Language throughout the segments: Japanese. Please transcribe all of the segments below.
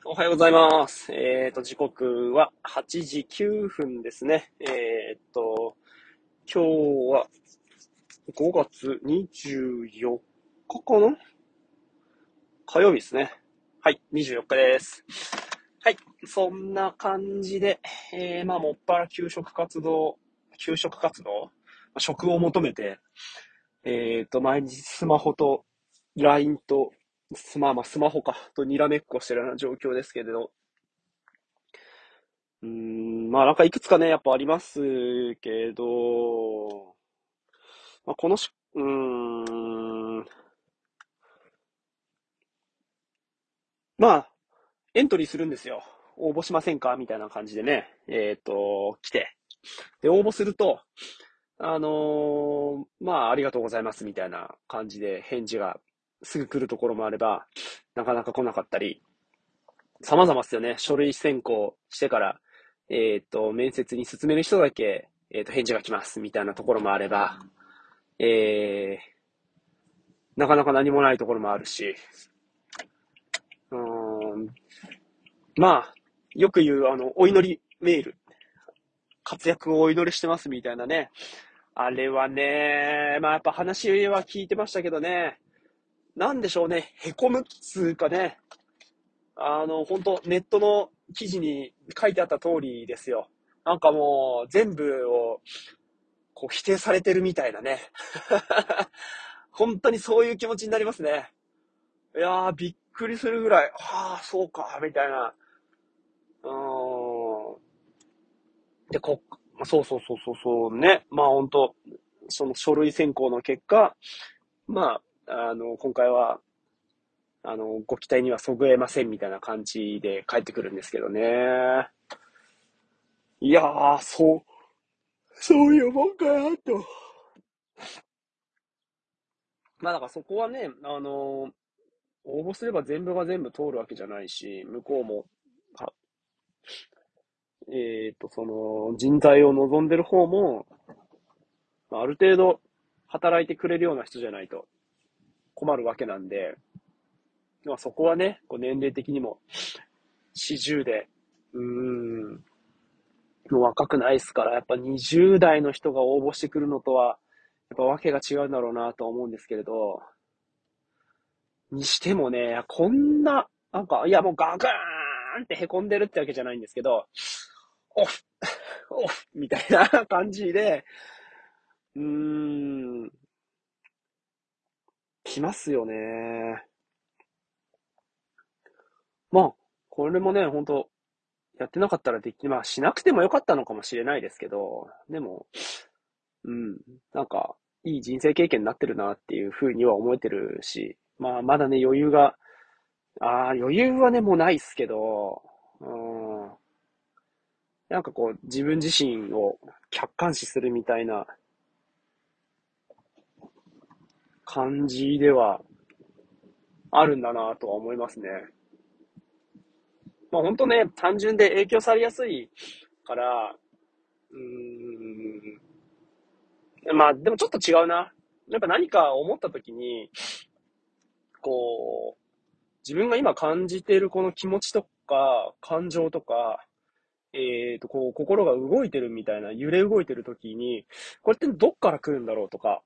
おはようございます。時刻は8時9分ですね。今日は5月24日かな火曜日ですね。はい、24日です。はい、そんな感じで、もっぱら給食活動、食を求めて、毎日スマホと LINE と、スマホか、とにらめっこしてるような状況ですけれど、なんかいくつかね、やっぱありますけど、このし、まあ、エントリーするんですよ。応募しませんかみたいな感じでね、来て。で、応募すると、ありがとうございますみたいな感じで返事がすぐ来るところもあれば、なかなか来なかったり、様々ですよね。書類選考してから、面接に進める人だけ、返事が来ますみたいなところもあれば、えなかなか何もないところもあるし、うーん、まあ、よく言う、お祈りメール、活躍をお祈りしてますみたいなね。あれはね、やっぱ話は聞いてましたけどね、なんでしょうね、凹むっつうかね、本当ネットの記事に書いてあった通りですよ。なんかもう、全部を、否定されてるみたいなね。本当にそういう気持ちになりますね。いやー、びっくりするぐらい、ああ、そうか、みたいな。うーん。で、そうね。本当その書類選考の結果、今回は、ご期待にはそぐえませんみたいな感じで帰ってくるんですけどね。いやー、そういうもんかなと。だからそこはね、応募すれば全部が全部通るわけじゃないし、向こうも、はその、人材を望んでる方も、ある程度働いてくれるような人じゃないと困るわけなんで、そこはね、年齢的にも40で、もう若くないですから、やっぱ20代の人が応募してくるのとは、やっぱ訳が違うんだろうなと思うんですけれど、にしてもね、こんな、なんか、いやもうガクーンって凹んでるってわけじゃないんですけど、オフ、オフみたいな感じで、うーん、来ますよね。これもね、本当やってなかったらしなくてもよかったのかもしれないですけど、でも、うん、なんか、いい人生経験になってるなっていうふうには思えてるし、まだね、余裕はね、もうないっすけど、うん、なんか自分自身を客観視するみたいな感じではあるんだなとは思いますね。本当ね、単純で影響されやすいから、うでもちょっと違うな。やっぱ何か思った時に、こう、自分が今感じているこの気持ちとか、感情とか、心が動いてるみたいな、揺れ動いてる時に、これってどっから来るんだろうとか、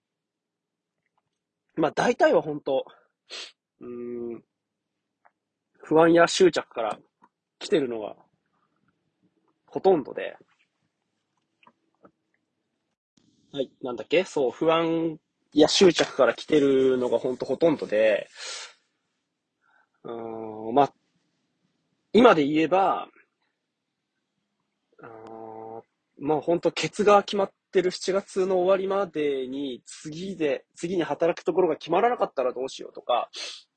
大体は本当、うーん、不安や執着から来てるのがほとんどで、はい、なんだっけそう、不安や執着から来てるのが本当ほとんどで、今で言えば、あー本当ケツが決まってる7月の終わりまでに次に働くところが決まらなかったらどうしようとか、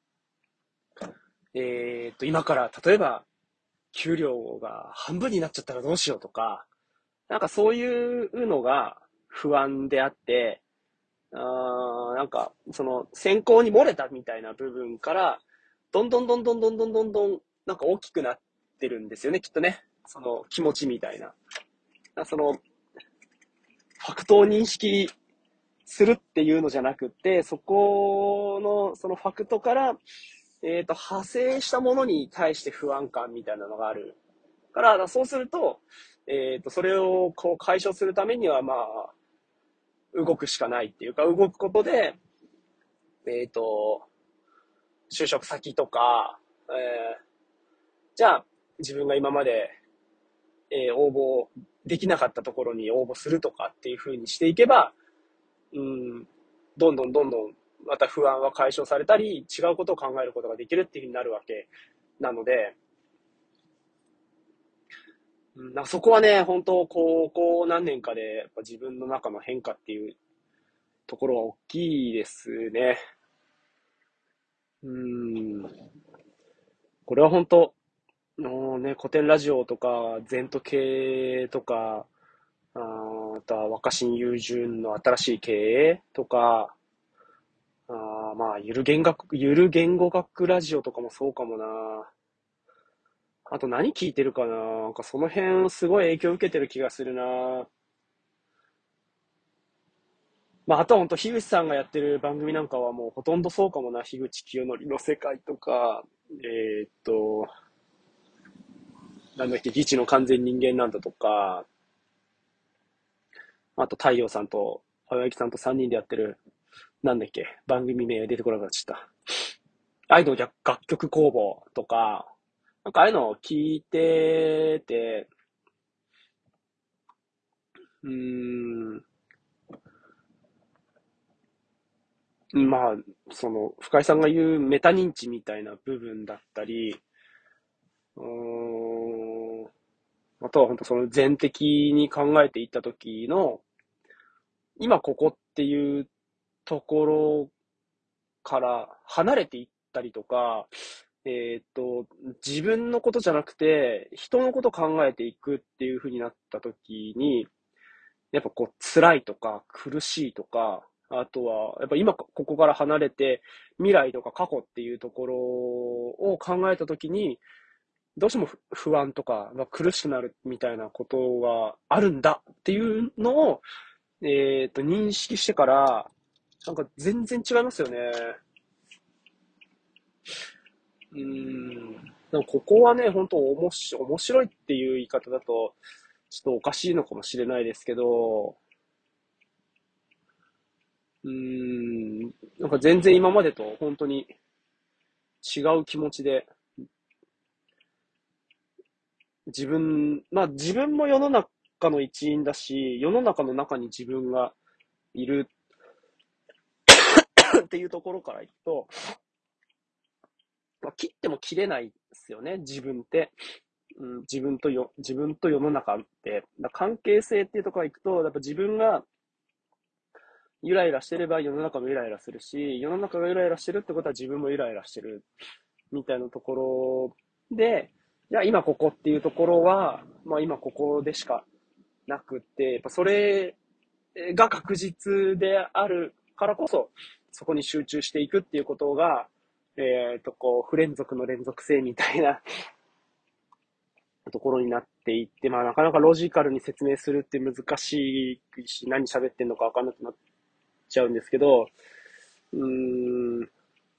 今から例えば給料が半分になっちゃったらどうしようとか、なんかそういうのが不安であって、なんかその選考に漏れたみたいな部分から、どんどんどんどんどんどんどんどんなんか大きくなってるんですよね、きっとね。その気持ちみたいな。そのファクトを認識するっていうのじゃなくて、そこの、そのファクトから、 派生したものに対して不安感みたいなのがあるから、そうすると、それをこう解消するためには、まあ、動くしかないっていうか、動くことで、就職先とか、じゃあ、自分が今まで、応募できなかったところに応募するとかっていう風にしていけば、うん、どんどんどんどんまた不安は解消されたり、違うことを考えることができるっていう風になるわけなので、なんかそこはね、本当ここ何年かでやっぱ自分の中の変化っていうところは大きいですね。うん。これは本当、もうね、古典ラジオとか、全都系とか、あとは若新雄純の新しい経営とか、まあ、ゆる言語学ラジオとかもそうかもな。あと何聞いてるかな。なんかその辺すごい影響を受けてる気がするな。まあ、あとは本当、樋口さんがやってる番組なんかはもうほとんどそうかもな。樋口清則の世界とか、えーっと、なんだっけ、ギチの完全人間なんだとか、あと太陽さんと青柳さんと3人でやってる、なんだっけ、番組名出てこなくなっちゃった。愛の楽曲工房とか、なんかああいうのを聞いてて、うーん、まあ、その、深井さんが言うメタ認知みたいな部分だったり、うーん、あとは本当その全的に考えていった時の、今ここっていうところから離れていったりとか、自分のことじゃなくて、人のことを考えていくっていう風になった時に、やっぱこう、辛いとか、苦しいとか、あとは、やっぱ今ここから離れて、未来とか過去っていうところを考えた時に、どうしても不安とか、苦しくなるみたいなことがあるんだっていうのを、認識してから、なんか全然違いますよね。でもここはね、本当面白いっていう言い方だと、ちょっとおかしいのかもしれないですけど、なんか全然今までと本当に違う気持ちで、自分も世の中の一員だし、世の中の中に自分がいるっていうところからいくと、切っても切れないですよね、自分って。自分と世の中って、関係性っていうところからいくと、やっぱ自分がゆらゆらしてれば世の中もゆらゆらするし、世の中がゆらゆらしてるってことは自分もゆらゆらしてるみたいなところで、じゃあ今ここっていうところは、まあ今ここでしかなくって、やっぱそれが確実であるからこそ、そこに集中していくっていうことが、こう、不連続の連続性みたいなところになっていって、まあなかなかロジカルに説明するって難しいし、何喋ってんのかわかんなくなっちゃうんですけど、うーん、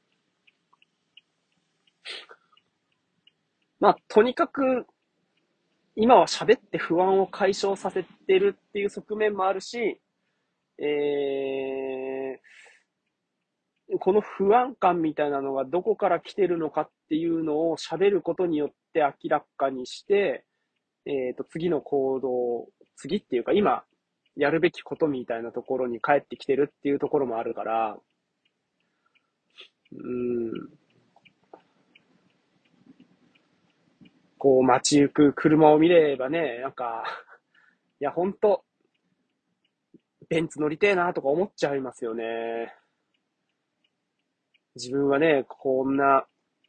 まあとにかく今は喋って不安を解消させてるっていう側面もあるし、この不安感みたいなのがどこから来てるのかっていうのを喋ることによって明らかにして、次の行動、次っていうか今やるべきことみたいなところに帰ってきてるっていうところもあるから、うん、こう街行く車を見ればね、なんか、いやほんと、ベンツ乗りてえなとか思っちゃいますよね。自分はね、こんな、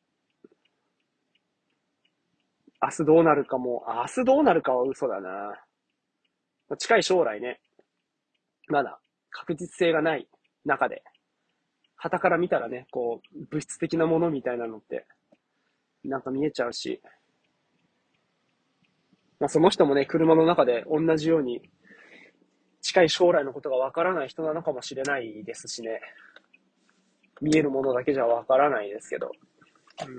明日どうなるかも、明日どうなるかは嘘だな。近い将来ね、まだ確実性がない中で、傍から見たらね、こう、物質的なものみたいなのって、なんか見えちゃうし、まあその人もね、車の中で同じように、近い将来のことがわからない人なのかもしれないですしね。見えるものだけじゃわからないですけど。 うん。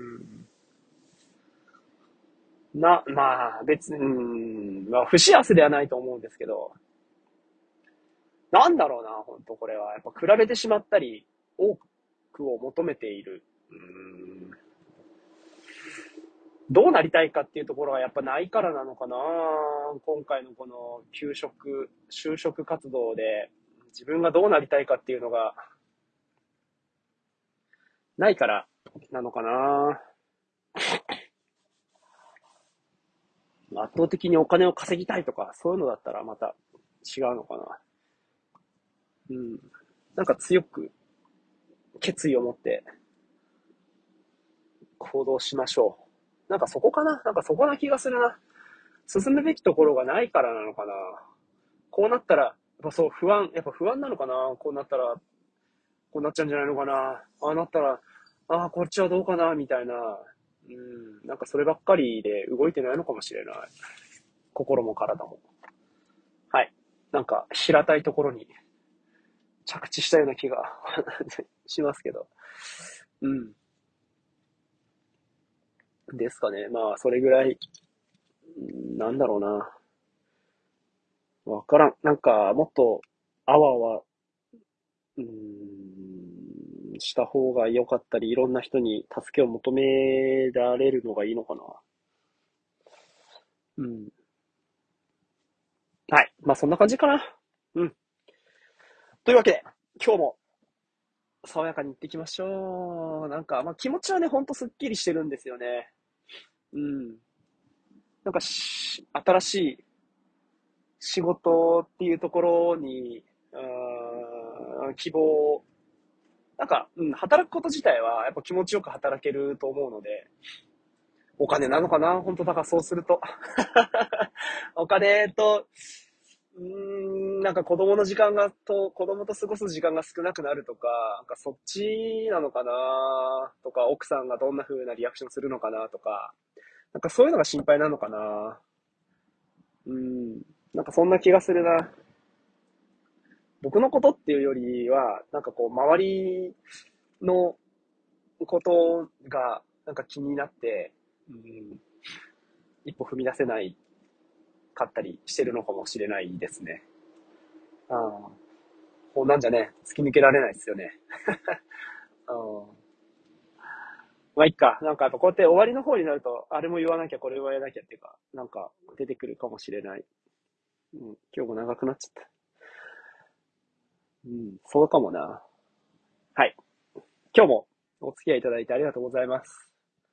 まあ、別に、まあ、不幸せではないと思うんですけど、なんだろうな、本当これは。やっぱ比べてしまったり、多くを求めている。どうなりたいかっていうところがやっぱないからなのかな。今回のこの就職活動で自分がどうなりたいかっていうのがないからなのかな。圧倒的にお金を稼ぎたいとか、そういうのだったらまた違うのかな。うん。なんか強く決意を持って行動しましょう。なんかそこかな。なんかそこな気がするな。進むべきところがないからなのかな。こうなったら、やっぱそうやっぱ不安なのかな。こうなったら、こうなっちゃうんじゃないのかな。ああなったら、ああ、こっちはどうかな、みたいな。なんかそればっかりで動いてないのかもしれない。心も体も。はい。なんか平たいところに着地したような気がしますけど。うん。ですかね。まあ、それぐらい、なんだろうな。わからん。なんか、もっと、あわあわ、した方が良かったり、いろんな人に助けを求められるのがいいのかな。うん。はい。まあ、そんな感じかな。うん。というわけで、今日も爽やかに行ってきましょう。なんか、まあ、気持ちはね、ほんとすっきりしてるんですよね。うん。なんか新しい仕事っていうところに、希望、なんか、働くこと自体はやっぱ気持ちよく働けると思うので、お金なのかな本当だからそうすると。お金と、なんか子供と過ごす時間が少なくなるとか、なんかそっちなのかなとか、奥さんがどんな風なリアクションするのかなとか、なんかそういうのが心配なのかな。なんかそんな気がするな。僕のことっていうよりは、なんかこう、周りのことが、なんか気になって、一歩踏み出せないかったりしてるのかもしれないですね。ああ、こうなんじゃね、突き抜けられないですよね。ああ、まあ、いっか。なんかやっぱこうやって終わりの方になると、あれも言わなきゃ、これも言わなきゃっていうか、なんか出てくるかもしれない。今日も長くなっちゃった。そうかもな。はい。今日もお付き合いいただいてありがとうございます。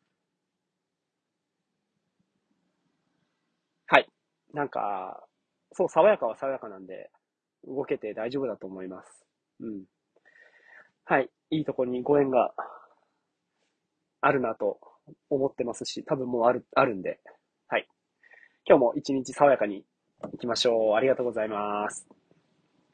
はい。なんか、そう、爽やかは爽やかなんで、動けて大丈夫だと思います。うん。はい。いいとこにご縁があるなと思ってますし、多分もうあるんで、はい。今日も一日爽やかに行きましょう。ありがとうございます。